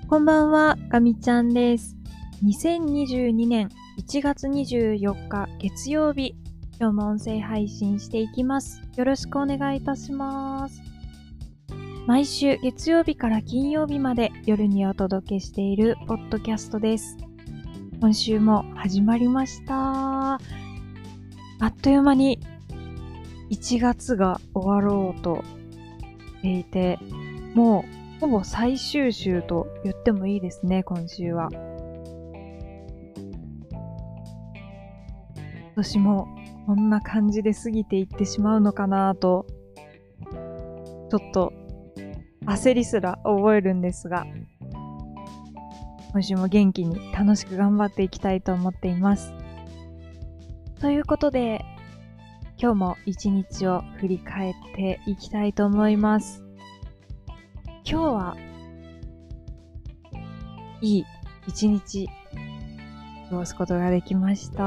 こんばんは、ガミちゃんです。2022年1月24日月曜日、今日も音声配信していきます。よろしくお願いいたします。毎週月曜日から金曜日まで夜にお届けしているポッドキャストです。今週も始まりました。あっという間に1月が終わろうとしていて、もうほぼ最終週と言ってもいいですね、今週は。今年もこんな感じで過ぎていってしまうのかなと、ちょっと焦りすら覚えるんですが、今週も元気に楽しく頑張っていきたいと思っています。ということで、今日も一日を振り返っていきたいと思います。今日はいい一日過ごすことができました。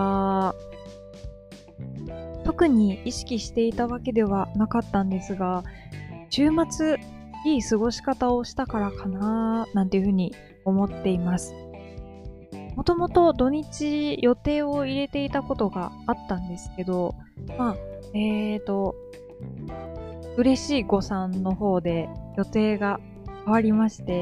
特に意識していたわけではなかったんですが、週末いい過ごし方をしたからかななんていうふうに思っています。もともと土日予定を入れていたことがあったんですけど、嬉しい誤算の方で予定が変わりまして、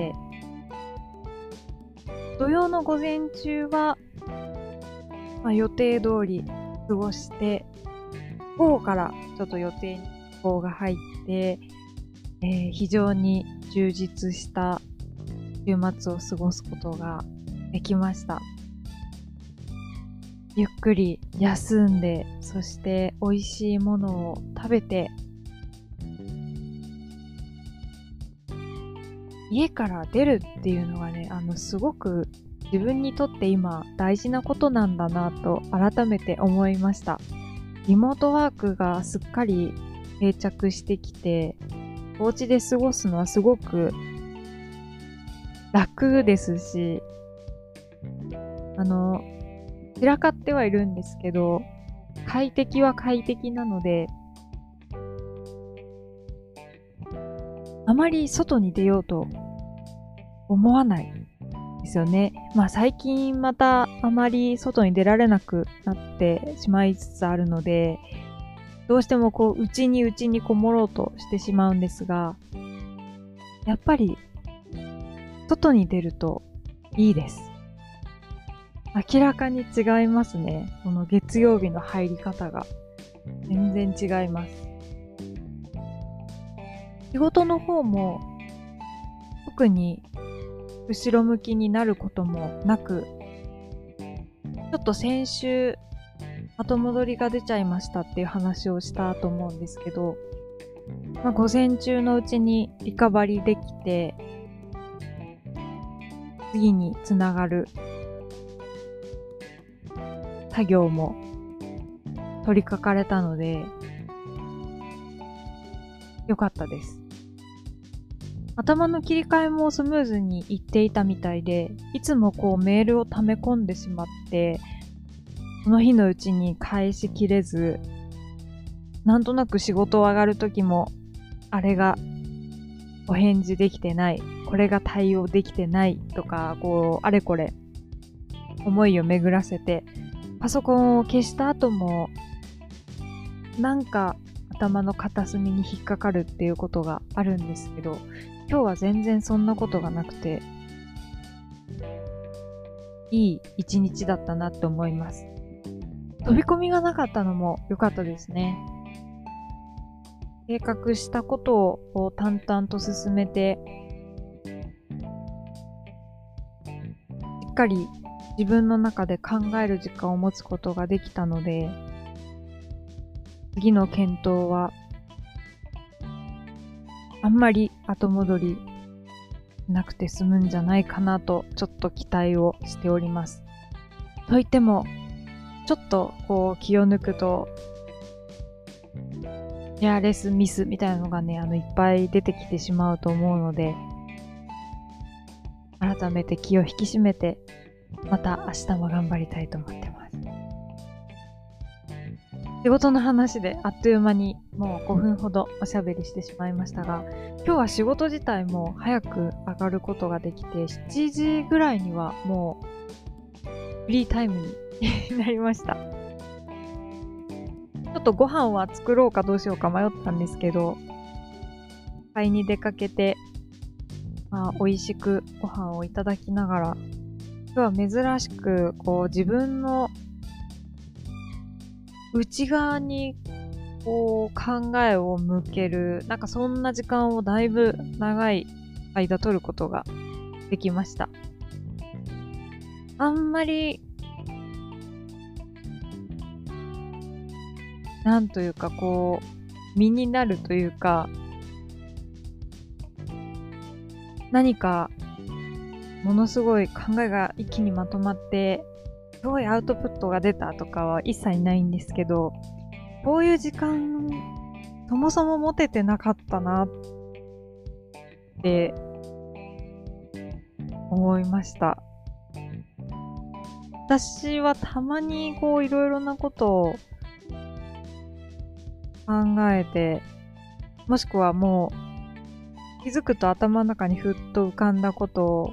土曜の午前中は、予定通り過ごして、午後からちょっと予定に希望が入って、非常に充実した週末を過ごすことができました。ゆっくり休んで、そして美味しいものを食べて、家から出るっていうのがね、すごく自分にとって今大事なことなんだなと改めて思いました。リモートワークがすっかり定着してきて、お家で過ごすのはすごく楽ですし、散らかってはいるんですけど、快適は快適なので、あまり外に出ようと思わないですよね。最近またあまり外に出られなくなってしまいつつあるので、どうしても内にこもろうとしてしまうんですが、やっぱり外に出るといいです。明らかに違いますね。この月曜日の入り方が全然違います。仕事の方も特に後ろ向きになることもなく、ちょっと先週後戻りが出ちゃいましたっていう話をしたと思うんですけど、午前中のうちにリカバリーできて、次につながる作業も取り掛かれたので、良かったです。頭の切り替えもスムーズにいっていたみたいで、いつもメールを溜め込んでしまって、その日のうちに返しきれず、なんとなく仕事を上がるときも、あれがお返事できてない、これが対応できてないとか、あれこれ思いを巡らせて、パソコンを消した後も、なんか頭の片隅に引っかかるっていうことがあるんですけど、今日は全然そんなことがなくて、いい一日だったなって思います。飛び込みがなかったのも良かったですね。計画したことを淡々と進めて、しっかり自分の中で考える時間を持つことができたので、次の検討はあんまり後戻りなくて済むんじゃないかなとちょっと期待をしております。といってもちょっと気を抜くとケアレスミスみたいなのがねいっぱい出てきてしまうと思うので、改めて気を引き締めてまた明日も頑張りたいと思ってます。仕事の話であっという間にもう5分ほどおしゃべりしてしまいましたが、今日は仕事自体も早く上がることができて、7時ぐらいにはもうフリータイムになりました。ちょっとご飯は作ろうかどうしようか迷ったんですけど、買いに出かけて、美味しくご飯をいただきながら、今日は珍しくこう自分の内側にこう考えを向ける、なんかそんな時間をだいぶ長い間取ることができました。あんまり、なんというかこう、身になるというか、何かものすごい考えが一気にまとまって、すごいアウトプットが出たとかは一切ないんですけど、こういう時間、そもそも持ててなかったなって思いました。私はたまにこういろいろなことを考えて、もしくはもう気づくと頭の中にふっと浮かんだことを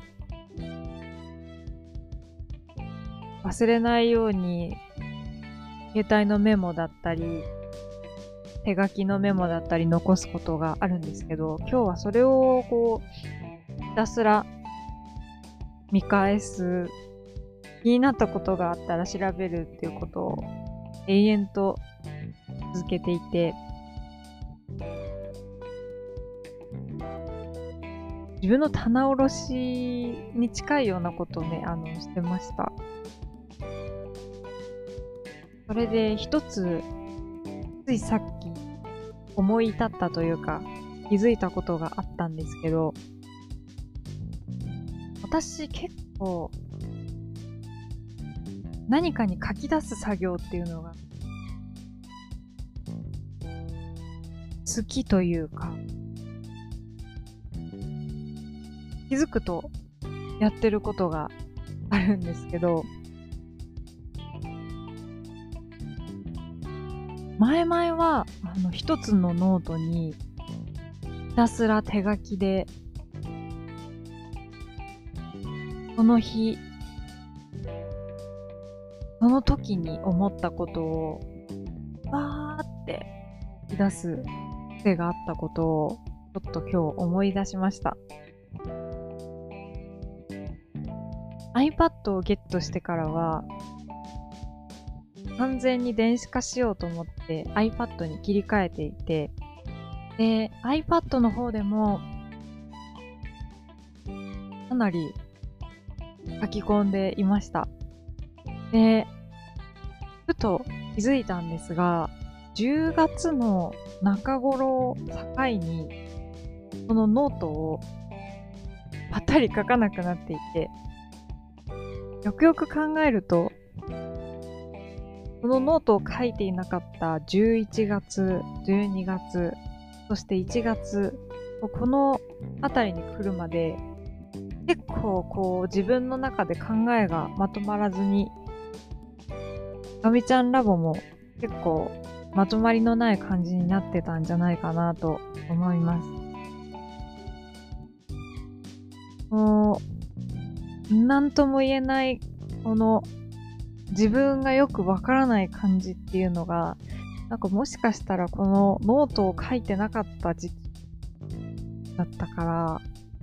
忘れないように携帯のメモだったり手書きのメモだったり残すことがあるんですけど、今日はそれをこうひたすら見返す、気になったことがあったら調べるっていうことを永遠と続けていて、自分の棚卸しに近いようなことをね、してました。それで一つ、ついさっき思い至ったというか、気づいたことがあったんですけど、私結構、何かに書き出す作業っていうのが好きというか、気づくとやってることがあるんですけど、前々は一つのノートにひたすら手書きでその日その時に思ったことをバーって書き出す癖があったことをちょっと今日思い出しました。iPad をゲットしてからは完全に電子化しようと思って iPad に切り替えていて、で iPad の方でもかなり書き込んでいました。で、ふと気づいたんですが、10月の中頃を境にそのノートをぱったり書かなくなっていて、よくよく考えるとそのノートを書いていなかった11月、12月、そして1月、このあたりに来るまで、結構こう自分の中で考えがまとまらずに、ガミちゃんラボも結構まとまりのない感じになってたんじゃないかなと思います。こう、なんとも言えない、この自分がよくわからない感じっていうのが、なんかもしかしたらこのノートを書いてなかった時期だったから、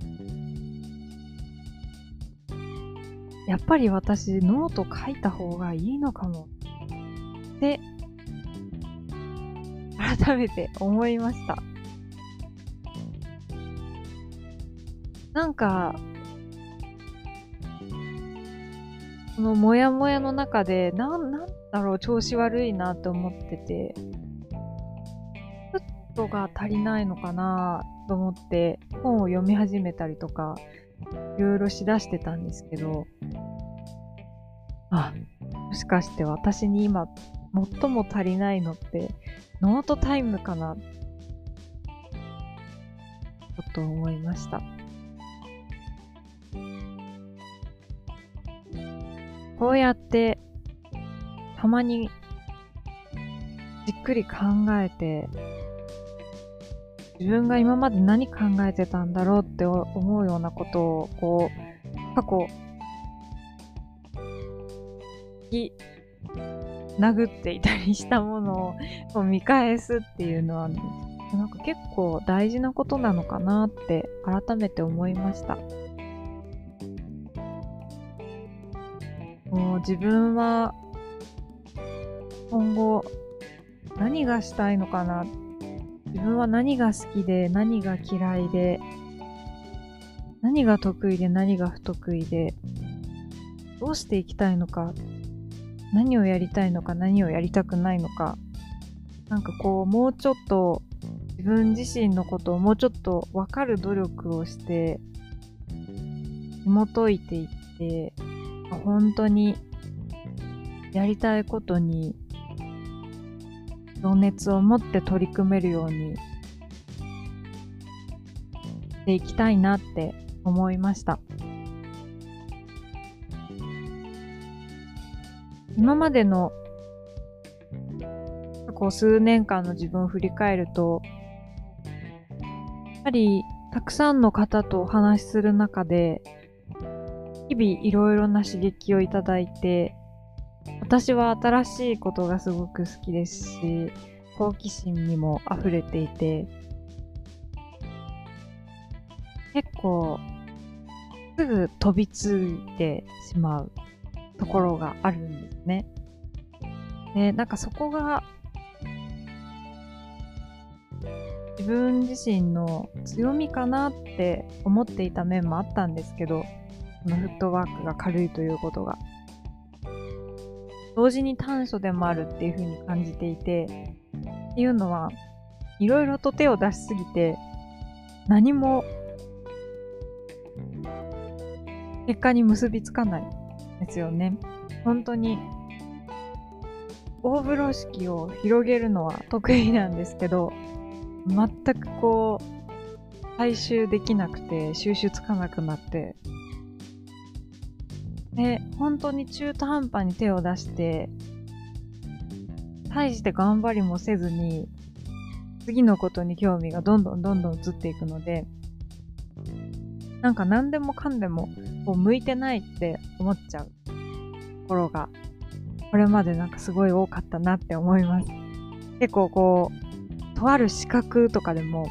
やっぱり私ノート書いた方がいいのかもって改めて思いました。なんかこのモヤモヤの中でなんだろう、調子悪いなって思ってて、フットが足りないのかなと思って本を読み始めたりとかいろいろしだしてたんですけど、もしかして私に今最も足りないのってノートタイムかな、ちょっと思いました。こうやってたまにじっくり考えて自分が今まで何考えてたんだろうって思うようなことを、こう、過去、に殴っていたりしたものをこう見返すっていうのは、なんか結構大事なことなのかなって改めて思いました。もう自分は今後何がしたいのかな、自分は何が好きで何が嫌いで、何が得意で何が不得意で、どうしていきたいのか、何をやりたいのか何をやりたくないのか、なんかこうもうちょっと自分自身のことをもうちょっと分かる努力をして紐解いていって、本当にやりたいことに情熱を持って取り組めるようにしていきたいなって思いました。今までの過去数年間の自分を振り返ると、やっぱりたくさんの方とお話しする中で、日々いろいろな刺激をいただいて、私は新しいことがすごく好きですし、好奇心にも溢れていて、結構すぐ飛びついてしまうところがあるんですね。で、なんかそこが自分自身の強みかなって思っていた面もあったんですけど、このフットワークが軽いということが。同時に短所でもあるっていう風に感じていて、っていうのは、いろいろと手を出しすぎて、何も結果に結びつかないですよね。本当に大風呂敷を広げるのは得意なんですけど、全くこう回収できなくて収集つかなくなって、で本当に中途半端に手を出して大して頑張りもせずに次のことに興味がどんどん移っていくので、なんか何でもかんでもこう向いてないって思っちゃうところがこれまでなんかすごい多かったなって思います。結構こうとある資格とかでも、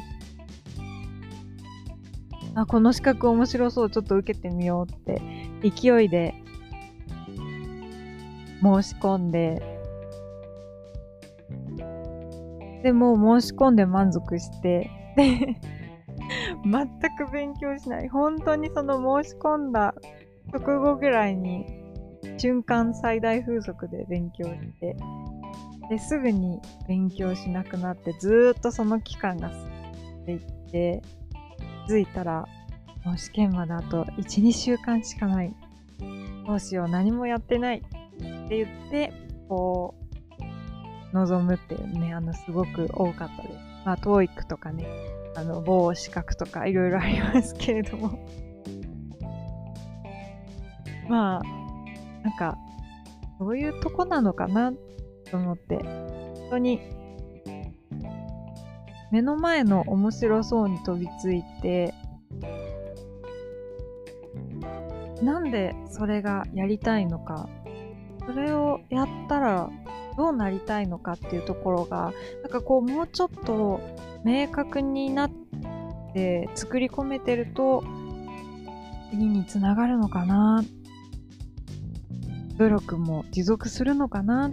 この資格面白そう、ちょっと受けてみようって勢いで申し込んで、でもう申し込んで満足して、で全く勉強しない。本当にその申し込んだ直後ぐらいに瞬間最大風速で勉強して、ですぐに勉強しなくなってずーっとその期間が過ぎていって、気づいたらもう試験まであと 1,2 週間しかない。どうしよう、何もやってないって言って、こう、臨むっていうね、すごく多かったです。TOEIC とかね、某資格とかいろいろありますけれども。なんか、そういうとこなのかなと思って、本当に、目の前の面白そうに飛びついて、なんでそれがやりたいのか、それをやったらどうなりたいのかっていうところが、なんかこうもうちょっと明確になって作り込めてると、次につながるのかな、努力も持続するのかなって、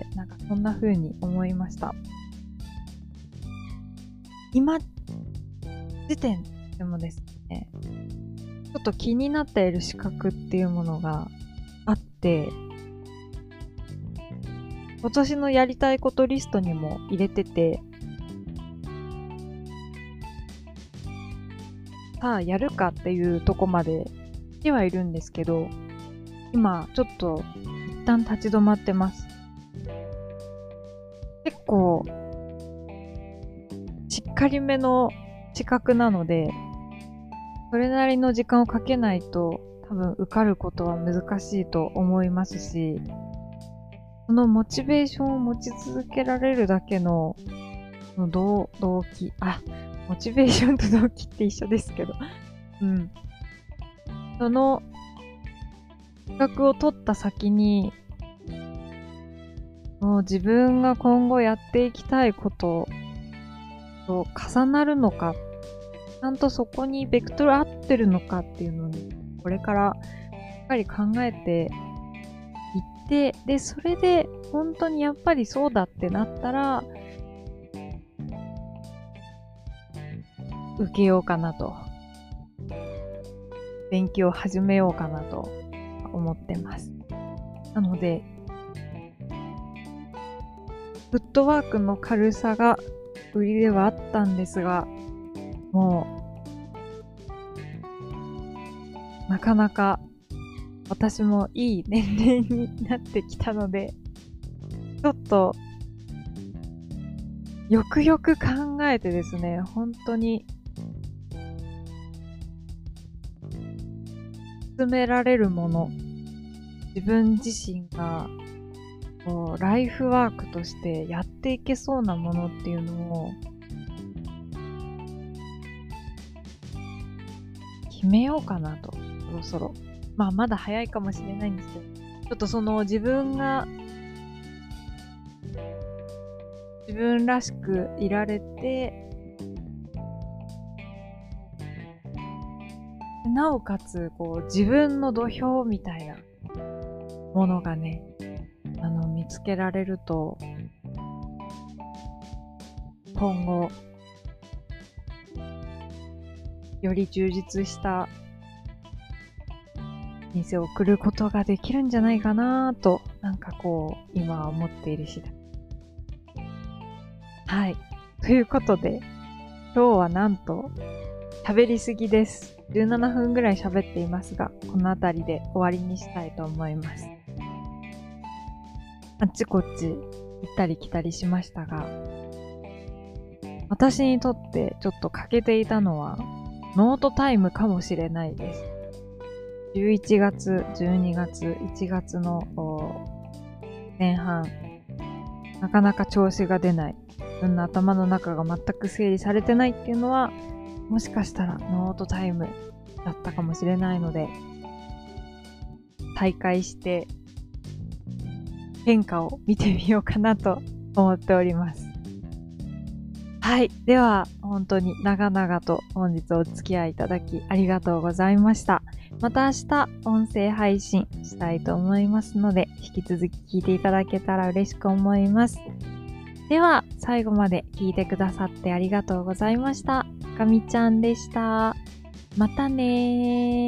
なんかそんな風に思いました。今時点でもですね、ちょっと気になっている資格っていうものがあって、今年のやりたいことリストにも入れてて、さあやるかっていうとこまで来てはいるんですけど、今ちょっと一旦立ち止まってます。結構しっかりめの資格なので、それなりの時間をかけないと多分受かることは難しいと思いますし、そのモチベーションを持ち続けられるだけのの動機、モチベーションと動機って一緒ですけど、その資格を取った先に、もう自分が今後やっていきたいことと重なるのか、ちゃんとそこにベクトル合ってるのかっていうのに、これからしっかり考えていって、で、それで本当にやっぱりそうだってなったら、受けようかなと。勉強を始めようかなと思ってます。なので、フットワークの軽さが売りではあったんですが、もう、なかなか私もいい年齢になってきたので、ちょっと、よくよく考えてですね、本当に、進められるもの、自分自身が、ライフワークとしてやっていけそうなものっていうのを、決めようかなと、そろそろ。まだ早いかもしれないんですけど、ちょっとその自分らしくいられて、なおかつ、自分の土俵みたいなものがね、見つけられると、今後、より充実した人生を送ることができるんじゃないかなと、今は思っている次第。はい。ということで、今日はなんと、喋りすぎです。17分ぐらい喋っていますが、この辺りで終わりにしたいと思います。あっちこっち行ったり来たりしましたが、私にとってちょっと欠けていたのはノートタイムかもしれないです。11月、12月、1月の前半、なかなか調子が出ない。自分の頭の中が全く整理されてないっていうのは、もしかしたらノートタイムだったかもしれないので、再開して変化を見てみようかなと思っております。はい。では、本当に長々と本日お付き合いいただきありがとうございました。また明日音声配信したいと思いますので、引き続き聞いていただけたら嬉しく思います。では、最後まで聞いてくださってありがとうございました。かみちゃんでした。またねー。